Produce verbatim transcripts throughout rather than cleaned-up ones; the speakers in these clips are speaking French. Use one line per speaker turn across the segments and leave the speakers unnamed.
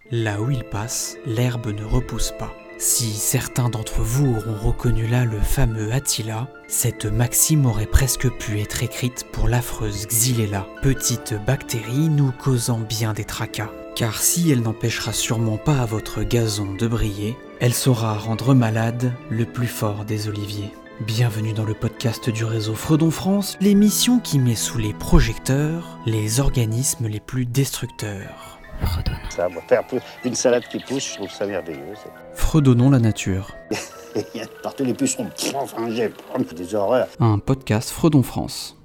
Là où il passe, l'herbe ne repousse pas. Si certains d'entre vous auront reconnu là le fameux Attila, cette maxime aurait presque pu être écrite pour l'affreuse Xylella, petite bactérie nous causant bien des tracas. Car si elle n'empêchera sûrement pas à votre gazon de briller, elle saura rendre malade le plus fort des oliviers. Bienvenue dans le podcast du réseau Fredon France, l'émission qui met sous les projecteurs les organismes les plus destructeurs.
Fredonnons. Ça, moi, faire une salade qui pousse, je trouve ça merveilleux. Ça.
Fredonnons la nature.
Il y a partout les pucerons, enfin, j'ai des horreurs.
Un podcast Fredon France.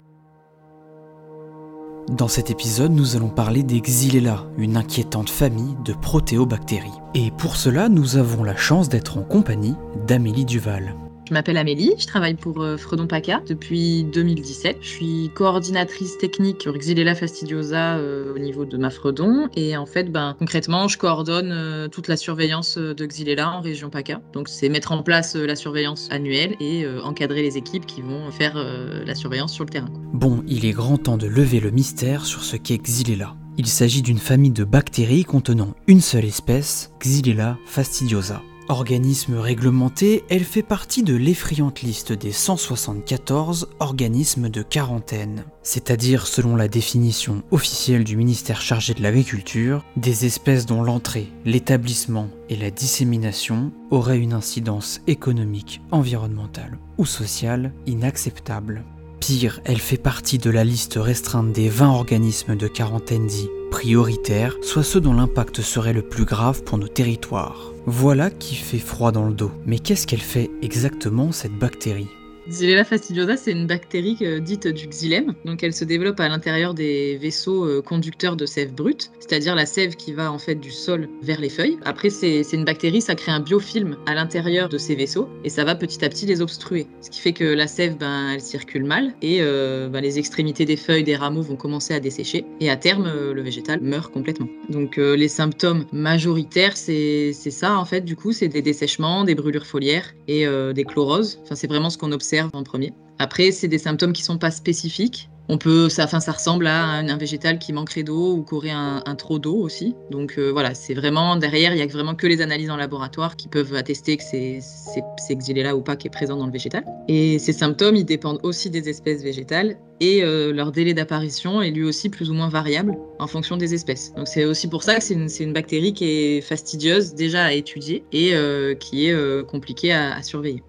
Dans cet épisode, nous allons parler des Xylella, une inquiétante famille de protéobactéries. Et pour cela, nous avons la chance d'être en compagnie d'Amélie Duval.
Je m'appelle Amélie, je travaille pour euh, Fredon PACA depuis deux mille dix-sept. Je suis coordinatrice technique sur Xylella fastidiosa euh, au niveau de ma Fredon. Et en fait, ben, concrètement, je coordonne euh, toute la surveillance de Xylella en région PACA. Donc, c'est mettre en place euh, la surveillance annuelle et euh, encadrer les équipes qui vont faire euh, la surveillance sur le terrain.
Bon, il est grand temps de lever le mystère sur ce qu'est Xylella. Il s'agit d'une famille de bactéries contenant une seule espèce, Xylella fastidiosa. Organisme réglementé, elle fait partie de l'effrayante liste des cent soixante-quatorze organismes de quarantaine, c'est-à-dire selon la définition officielle du ministère chargé de l'agriculture, des espèces dont l'entrée, l'établissement et la dissémination auraient une incidence économique, environnementale ou sociale inacceptable. Pire, elle fait partie de la liste restreinte des vingt organismes de quarantaine dits prioritaires, soit ceux dont l'impact serait le plus grave pour nos territoires. Voilà qui fait froid dans le dos. Mais qu'est-ce qu'elle fait exactement, cette bactérie ?
Xylella fastidiosa, c'est une bactérie euh, dite du xylème. Donc, elle se développe à l'intérieur des vaisseaux euh, conducteurs de sève brute, c'est-à-dire la sève qui va en fait du sol vers les feuilles. Après, c'est, c'est une bactérie, ça crée un biofilm à l'intérieur de ces vaisseaux et ça va petit à petit les obstruer. Ce qui fait que la sève, ben, elle circule mal et euh, ben, les extrémités des feuilles, des rameaux vont commencer à dessécher et à terme, euh, le végétal meurt complètement. Donc, euh, les symptômes majoritaires, c'est, c'est ça en fait. Du coup, c'est des dessèchements, des brûlures foliaires et euh, des chloroses. Enfin, c'est vraiment ce qu'on observe en premier. Après, c'est des symptômes qui sont pas spécifiques. On peut, ça, enfin, ça ressemble à un, un végétal qui manquerait d'eau ou qui aurait un, un trop d'eau aussi. Donc euh, voilà, c'est vraiment derrière, il y a vraiment que les analyses en laboratoire qui peuvent attester que c'est, c'est, c'est Xylella ou pas qui est présent dans le végétal. Et ces symptômes, ils dépendent aussi des espèces végétales et euh, leur délai d'apparition est lui aussi plus ou moins variable en fonction des espèces. Donc c'est aussi pour ça que c'est une, c'est une bactérie qui est fastidieuse déjà à étudier et euh, qui est euh, compliquée à, à surveiller.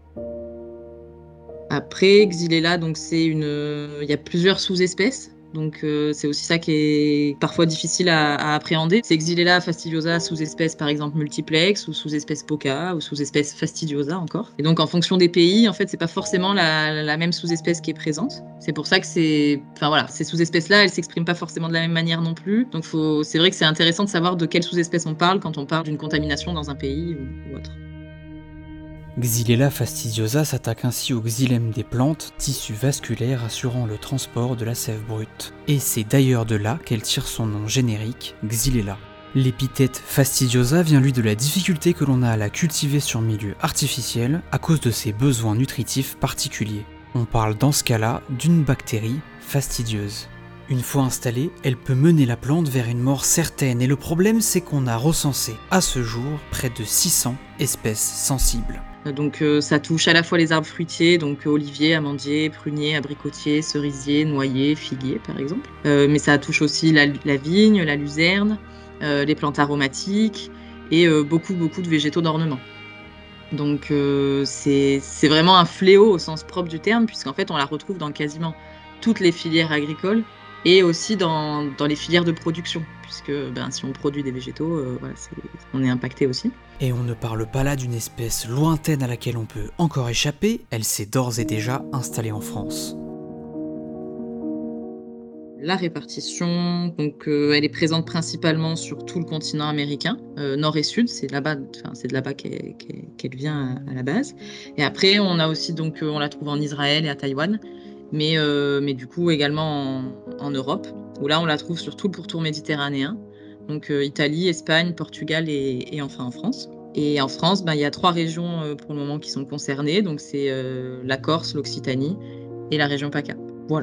Après, Xylella, donc c'est une, il y a plusieurs sous-espèces, donc euh, c'est aussi ça qui est parfois difficile à, à appréhender. C'est Xylella fastidiosa sous-espèce par exemple multiplex ou sous-espèce poca ou sous-espèce fastidiosa encore. Et donc en fonction des pays, en fait, c'est pas forcément la, la même sous-espèce qui est présente. C'est pour ça que c'est, enfin voilà, ces sous-espèces-là, elles s'expriment pas forcément de la même manière non plus. Donc faut, c'est vrai que c'est intéressant de savoir de quelle sous-espèce on parle quand on parle d'une contamination dans un pays ou, ou autre.
Xylella fastidiosa s'attaque ainsi au xylème des plantes, tissu vasculaire assurant le transport de la sève brute. Et c'est d'ailleurs de là qu'elle tire son nom générique, Xylella. L'épithète fastidiosa vient lui de la difficulté que l'on a à la cultiver sur milieu artificiel à cause de ses besoins nutritifs particuliers. On parle dans ce cas-là d'une bactérie fastidieuse. Une fois installée, elle peut mener la plante vers une mort certaine et le problème c'est qu'on a recensé à ce jour près de six cents espèces sensibles.
Donc euh, ça touche à la fois les arbres fruitiers, donc euh, oliviers, amandiers, pruniers, abricotiers, cerisiers, noyers, figuiers par exemple. Euh, mais ça touche aussi la, la vigne, la luzerne, euh, les plantes aromatiques et euh, beaucoup beaucoup de végétaux d'ornement. Donc euh, c'est, c'est vraiment un fléau au sens propre du terme puisqu'en fait on la retrouve dans quasiment toutes les filières agricoles et aussi dans, dans les filières de production, puisque ben, si on produit des végétaux, euh, voilà, c'est, on est impacté aussi.
Et on ne parle pas là d'une espèce lointaine à laquelle on peut encore échapper, elle s'est d'ores et déjà installée en France.
La répartition, donc, euh, elle est présente principalement sur tout le continent américain, euh, nord et sud, c'est, là-bas, c'est de là-bas qu'elle, qu'elle vient à, à la base. Et après, on a aussi, donc, on la trouve en Israël et à Taïwan, mais, euh, mais du coup également en, en Europe, où là on la trouve sur tout le pourtour méditerranéen, donc euh, Italie, Espagne, Portugal et, et enfin en France. Et en France, ben, il y a trois régions euh, pour le moment qui sont concernées, donc c'est euh, la Corse, l'Occitanie et la région PACA. Voilà.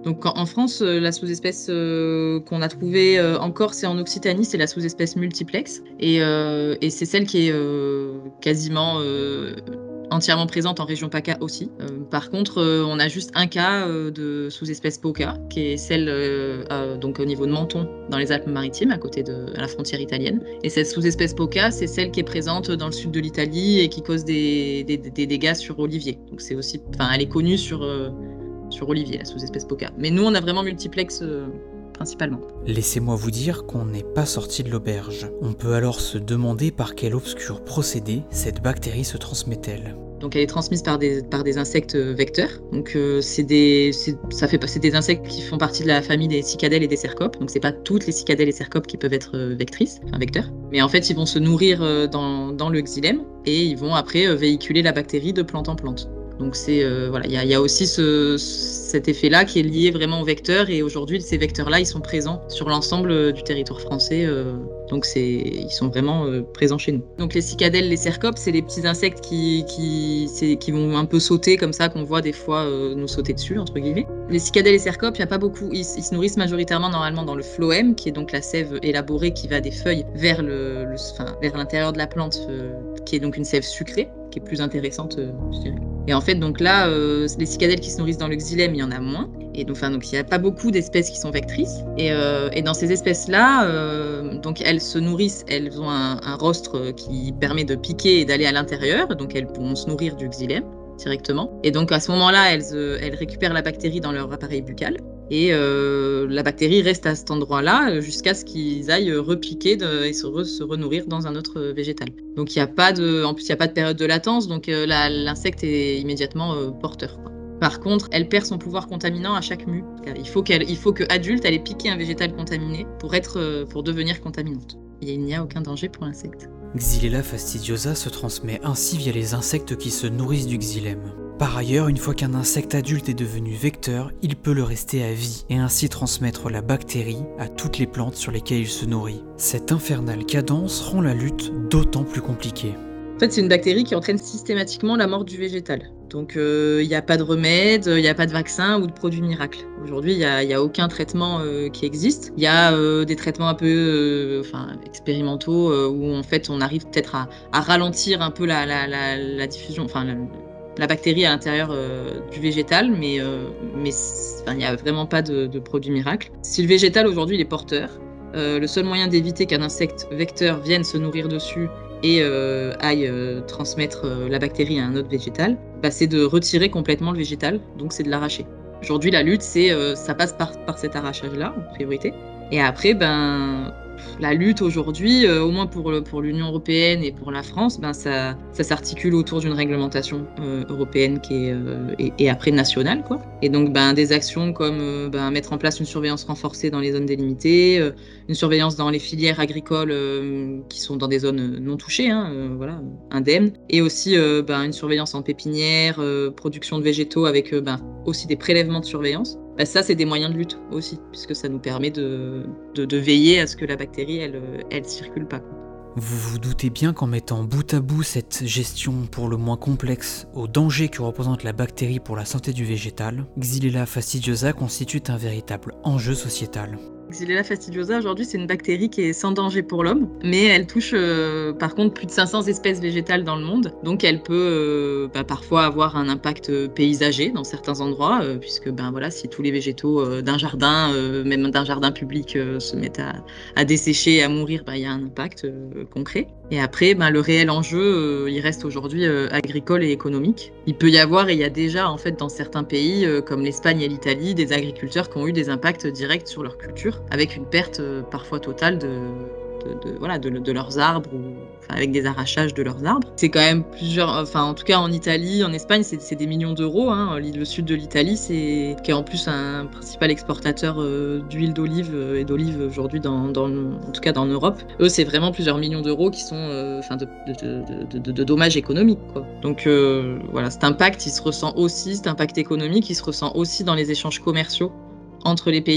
Donc en, en France, euh, la sous-espèce euh, qu'on a trouvée euh, en Corse et en Occitanie, c'est la sous-espèce multiplex. Et, euh, et c'est celle qui est euh, quasiment euh, entièrement présente en région PACA aussi. Euh, par contre, euh, on a juste un cas euh, de sous-espèce POCA, qui est celle euh, euh, donc au niveau de Menton, dans les Alpes-Maritimes, à côté de à la frontière italienne. Et cette sous-espèce POCA, c'est celle qui est présente dans le sud de l'Italie et qui cause des, des, des dégâts sur oliviers. Donc c'est aussi, enfin, elle est connue sur euh, sur olivier, la sous-espèce POCA. Mais nous, on a vraiment multiplex euh, principalement.
Laissez-moi vous dire qu'on n'est pas sorti de l'auberge. On peut alors se demander par quel obscur procédé cette bactérie se transmet-elle.
Donc elle est transmise par des, par des insectes vecteurs. Donc euh, c'est des, c'est, ça fait, c'est des insectes qui font partie de la famille des cicadelles et des cercopes. Donc c'est pas toutes les cicadelles et cercopes qui peuvent être vectrices, enfin vecteurs. Mais en fait, ils vont se nourrir dans, dans le xylème et ils vont après véhiculer la bactérie de plante en plante. Donc c'est euh, voilà, il y, y a aussi ce, cet effet-là qui est lié vraiment aux vecteurs et aujourd'hui ces vecteurs-là ils sont présents sur l'ensemble du territoire français. Euh, donc c'est, ils sont vraiment euh, présents chez nous. Donc les cicadelles, les cercopes, c'est les petits insectes qui qui, c'est, qui vont un peu sauter comme ça qu'on voit des fois euh, nous sauter dessus entre guillemets. Les cicadelles et cercopes, il y a pas beaucoup, ils, ils se nourrissent majoritairement normalement dans le phloème qui est donc la sève élaborée qui va des feuilles vers le, le enfin, vers l'intérieur de la plante euh, qui est donc une sève sucrée qui est plus intéressante euh, je dirais. Et en fait, donc là, euh, les cicadelles qui se nourrissent dans le xylème, il y en a moins. Et donc, enfin, donc il n'y a pas beaucoup d'espèces qui sont vectrices. Et, euh, et dans ces espèces-là, euh, donc elles se nourrissent, elles ont un, un rostre qui permet de piquer et d'aller à l'intérieur. Donc elles pourront se nourrir du xylème directement. Et donc à ce moment-là, elles, euh, elles récupèrent la bactérie dans leur appareil buccal. Et euh, la bactérie reste à cet endroit-là jusqu'à ce qu'ils aillent repiquer de, et se, re, se renourrir dans un autre végétal. Donc il y a pas de, en plus il n'y a pas de période de latence, donc euh, la, l'insecte est immédiatement euh, porteur, quoi. Par contre, elle perd son pouvoir contaminant à chaque mue. Il faut qu'elle, il faut que adulte, elle ait piqué un végétal contaminé pour être, euh, pour devenir contaminante. Et il n'y a aucun danger pour l'insecte.
Xylella fastidiosa se transmet ainsi via les insectes qui se nourrissent du xylème. Par ailleurs, une fois qu'un insecte adulte est devenu vecteur, il peut le rester à vie et ainsi transmettre la bactérie à toutes les plantes sur lesquelles il se nourrit. Cette infernale cadence rend la lutte d'autant plus compliquée.
En fait, c'est une bactérie qui entraîne systématiquement la mort du végétal. Donc, il euh, n'y a pas de remède, il n'y a pas de vaccin ou de produit miracle. Aujourd'hui, il n'y a, y a aucun traitement euh, qui existe. Il y a euh, des traitements un peu euh, enfin, expérimentaux euh, où, en fait, on arrive peut-être à, à ralentir un peu la, la, la, la diffusion, enfin, la, la bactérie à l'intérieur euh, du végétal, mais euh, mais il n'y a vraiment pas de, de produit miracle. Si le végétal, aujourd'hui, il est porteur, euh, le seul moyen d'éviter qu'un insecte vecteur vienne se nourrir dessus et euh, aille euh, transmettre euh, la bactérie à un autre végétal, bah, c'est de retirer complètement le végétal, donc c'est de l'arracher. Aujourd'hui, la lutte, c'est euh, ça passe par, par cet arrachage-là, en priorité. Et après, ben, la lutte aujourd'hui, euh, au moins pour, le, pour l'Union européenne et pour la France, ben, ça, ça s'articule autour d'une réglementation euh, européenne qui est, euh, et, et après nationale, quoi. Et donc, ben, des actions comme euh, ben, mettre en place une surveillance renforcée dans les zones délimitées, euh, une surveillance dans les filières agricoles euh, qui sont dans des zones non touchées, hein, euh, voilà, indemnes, et aussi euh, ben, une surveillance en pépinière, euh, production de végétaux avec euh, ben, aussi des prélèvements de surveillance. Ben, ça, c'est des moyens de lutte aussi, puisque ça nous permet de, de, de veiller à ce que la bactérie, elle, elle circule pas, quoi.
Vous vous doutez bien qu'en mettant bout à bout cette gestion pour le moins complexe au danger que représente la bactérie pour la santé du végétal, Xylella fastidiosa constitue un véritable enjeu sociétal.
Xylella fastidiosa, aujourd'hui, c'est une bactérie qui est sans danger pour l'homme, mais elle touche euh, par contre plus de cinq cents espèces végétales dans le monde. Donc elle peut euh, bah, parfois avoir un impact paysager dans certains endroits, euh, puisque ben, voilà, si tous les végétaux euh, d'un jardin, euh, même d'un jardin public, euh, se mettent à, à dessécher et à mourir, ben, y a un impact euh, concret. Et après, ben, le réel enjeu, euh, il reste aujourd'hui euh, agricole et économique. Il peut y avoir, et il y a déjà en fait dans certains pays, euh, comme l'Espagne et l'Italie, des agriculteurs qui ont eu des impacts directs sur leur culture, avec une perte euh, parfois totale de, de, de, voilà, de, de leurs arbres, ou enfin, avec des arrachages de leurs arbres. C'est quand même plusieurs, enfin en tout cas en Italie, en Espagne, c'est, c'est des millions d'euros, hein. Le sud de l'Italie, c'est qui est en plus un principal exportateur euh, d'huile d'olive euh, et d'olive aujourd'hui, dans, dans, en tout cas dans Europe. Eux, c'est vraiment plusieurs millions d'euros qui sont euh, enfin, de, de, de, de, de dommages économiques, quoi. Donc euh, voilà, cet impact, il se ressent aussi, cet impact économique, il se ressent aussi dans les échanges commerciaux entre les pays.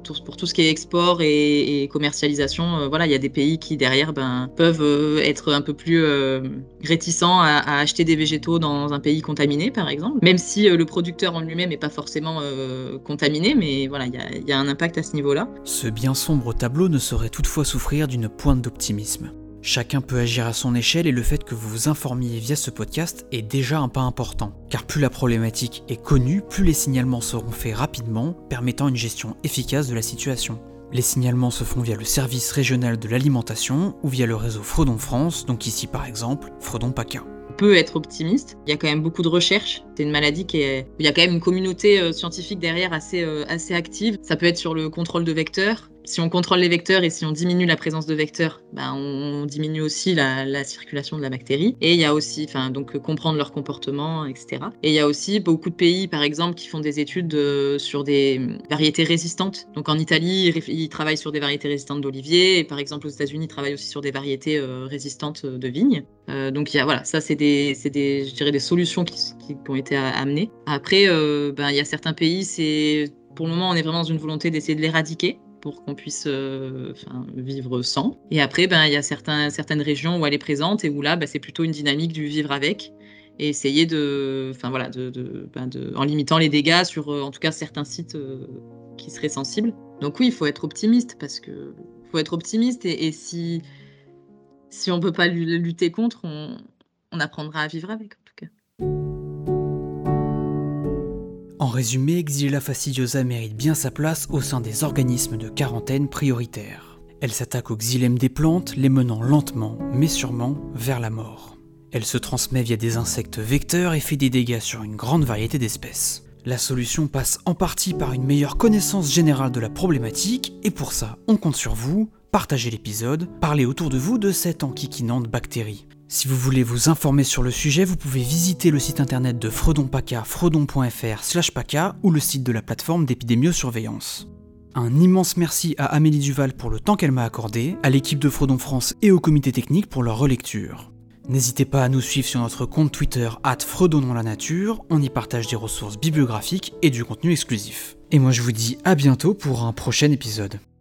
pour tout ce qui est export et, et commercialisation, euh, voilà, il y a des pays qui derrière ben, peuvent euh, être un peu plus euh, réticents à, à acheter des végétaux dans un pays contaminé, par exemple, même si euh, le producteur en lui-même n'est pas forcément euh, contaminé, mais voilà, il y a, y a un impact à ce niveau-là.
Ce bien sombre tableau ne saurait toutefois souffrir d'une pointe d'optimisme. Chacun peut agir à son échelle et le fait que vous vous informiez via ce podcast est déjà un pas important, car plus la problématique est connue, plus les signalements seront faits rapidement, permettant une gestion efficace de la situation. Les signalements se font via le service régional de l'alimentation ou via le réseau Fredon France, donc ici par exemple Fredon PACA.
On peut être optimiste, il y a quand même beaucoup de recherches, c'est une maladie qui est... il y a quand même une communauté euh, scientifique derrière assez, euh, assez active, ça peut être sur le contrôle de vecteurs. Si on contrôle les vecteurs et si on diminue la présence de vecteurs, ben on diminue aussi la, la circulation de la bactérie. Et il y a aussi, enfin, donc comprendre leur comportement, et cetera. Et il y a aussi beaucoup de pays, par exemple, qui font des études euh, sur des variétés résistantes. Donc en Italie, ils, ils travaillent sur des variétés résistantes d'oliviers. Et par exemple, aux États-Unis, ils travaillent aussi sur des variétés euh, résistantes de vignes. Euh, donc il y a, voilà, ça c'est des, c'est des, je dirais des solutions qui, qui, qui ont été amenées. Après, euh, ben il y a certains pays, c'est, pour le moment, on est vraiment dans une volonté d'essayer de l'éradiquer, pour qu'on puisse euh, enfin, vivre sans. Et après, ben, il y a certains, certaines régions où elle est présente et où là, ben, c'est plutôt une dynamique du vivre avec et essayer de, enfin voilà, de, de, ben, de, en limitant les dégâts sur, en tout cas, certains sites euh, qui seraient sensibles. Donc oui, il faut être optimiste parce que faut être optimiste et, et si si on peut pas lutter contre, on, on apprendra à vivre avec, en tout cas.
En résumé, Xylella fastidiosa mérite bien sa place au sein des organismes de quarantaine prioritaires. Elle s'attaque aux xylèmes des plantes, les menant lentement, mais sûrement, vers la mort. Elle se transmet via des insectes vecteurs et fait des dégâts sur une grande variété d'espèces. La solution passe en partie par une meilleure connaissance générale de la problématique, et pour ça, on compte sur vous, partagez l'épisode, parlez autour de vous de cette enquiquinante bactérie. Si vous voulez vous informer sur le sujet, vous pouvez visiter le site internet de Fredon PACA, fredon point f r slash paca ou le site de la plateforme d'épidémiosurveillance. Un immense merci à Amélie Duval pour le temps qu'elle m'a accordé, à l'équipe de Fredon France et au comité technique pour leur relecture. N'hésitez pas à nous suivre sur notre compte Twitter arobase fredonnons la nature, on y partage des ressources bibliographiques et du contenu exclusif. Et moi je vous dis à bientôt pour un prochain épisode.